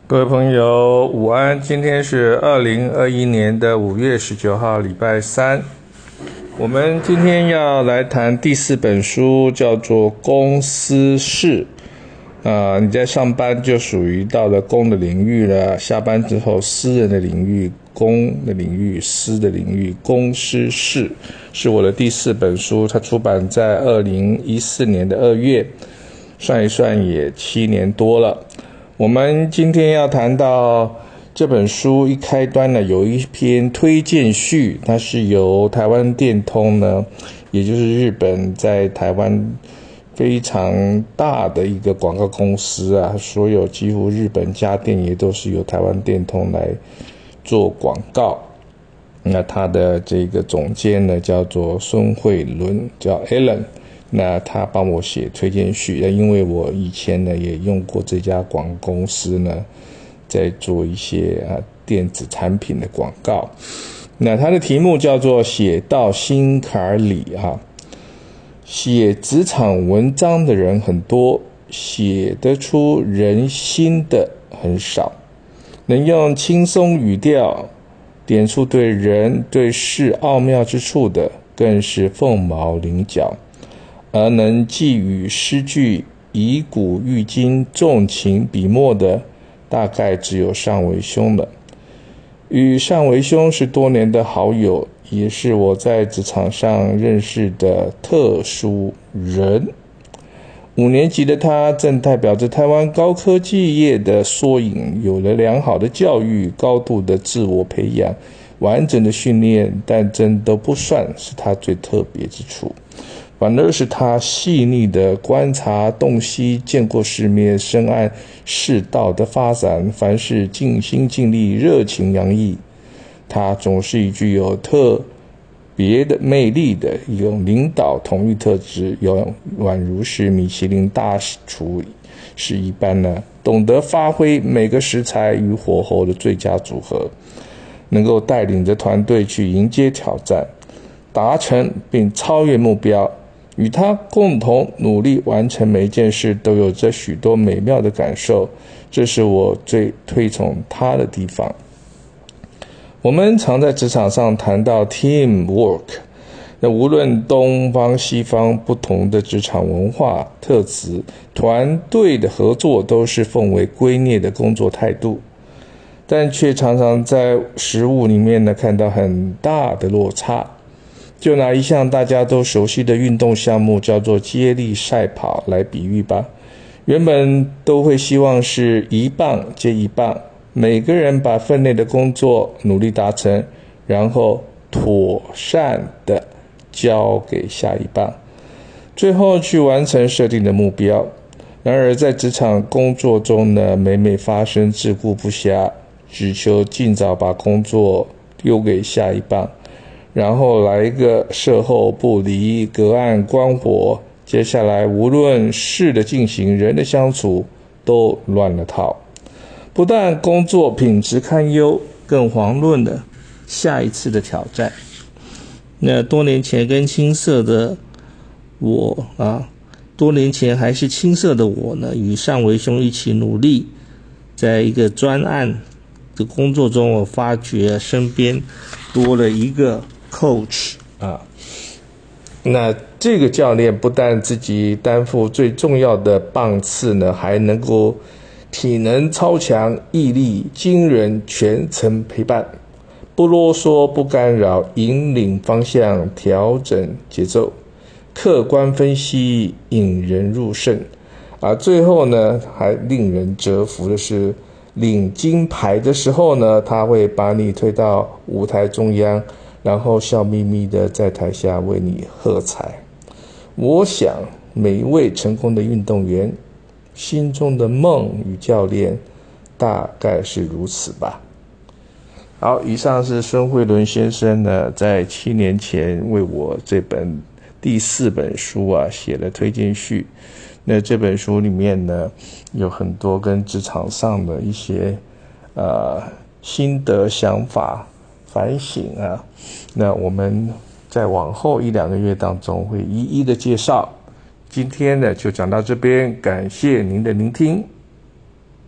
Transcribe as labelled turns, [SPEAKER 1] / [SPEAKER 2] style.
[SPEAKER 1] 各位朋友午安，今天是2021年的5月19号礼拜三。我们今天要来谈第4本书，叫做公私事。你在上班就属于到了公的领域了，下班之后私人的领域、公的领域、私的领域，公私事是我的第4本书，它出版在2014年的2月，算一算也7年多了。我们今天要谈到这本书一开端呢，有一篇推荐序，它是由台湾电通呢，也就是日本在台湾非常大的一个广告公司啊，所有几乎日本家电也都是由台湾电通来做广告。那他的这个总监呢叫做孙慧伦，叫 Alan。那他帮我写推荐序，因为我以前呢也用过这家广告公司呢，在做一些电子产品的广告。那他的题目叫做写到心坎里写职场文章的人很多，写得出人心的很少，能用轻松语调点出对人对事奥妙之处的更是凤毛麟角，而能寄语诗句以古喻今重情笔墨的大概只有尚维兄了。与尚维兄是多年的好友，也是我在职场上认识的特殊人。5年级的他正代表着台湾高科技业的缩影，有了良好的教育、高度的自我培养、完整的训练，但真都不算是他最特别之处，反而是他细腻的观察洞悉，见过世面，深谙世道的发展，凡事尽心尽力，热情洋溢。他总是以具有特别的魅力的一种领导统御特质，宛如是米其林大厨是一般呢，懂得发挥每个食材与火候的最佳组合，能够带领着团队去迎接挑战，达成并超越目标。与他共同努力完成每一件事，都有着许多美妙的感受，这是我最推崇他的地方。我们常在职场上谈到 teamwork， 那无论东方西方不同的职场文化特质，团队的合作都是奉为圭臬的工作态度，但却常常在实务里面呢看到很大的落差。就拿一项大家都熟悉的运动项目叫做接力赛跑来比喻吧，原本都会希望是一棒接一棒，每个人把分内的工作努力达成，然后妥善的交给下一棒，最后去完成设定的目标。然而在职场工作中呢，每每发生自顾不暇，只求尽早把工作丢给下一棒，然后来一个事后不离，隔岸观火，接下来无论事的进行，人的相处都乱了套，不但工作品质堪忧，更遑论了下一次的挑战。那多年前跟青涩的我多年前还是青涩的我呢，与尚维兄一起努力，在一个专案的工作中，我发觉身边多了一个coach 那这个教练不但自己担负最重要的棒次呢，还能够体能超强，毅力惊人，全程陪伴，不啰嗦不干扰，引领方向，调整节奏，客观分析，引人入胜最后呢还令人折服的是，领金牌的时候呢，他会把你推到舞台中央，然后笑眯眯的在台下为你喝彩。我想每一位成功的运动员心中的梦与教练大概是如此吧。好，以上是孙慧伦先生呢在7年前为我这本第4本书写了推荐序。那这本书里面呢有很多跟职场上的一些心得想法反省那我们在往后1-2个月当中会一一的介绍。今天呢就讲到这边，感谢您的聆听。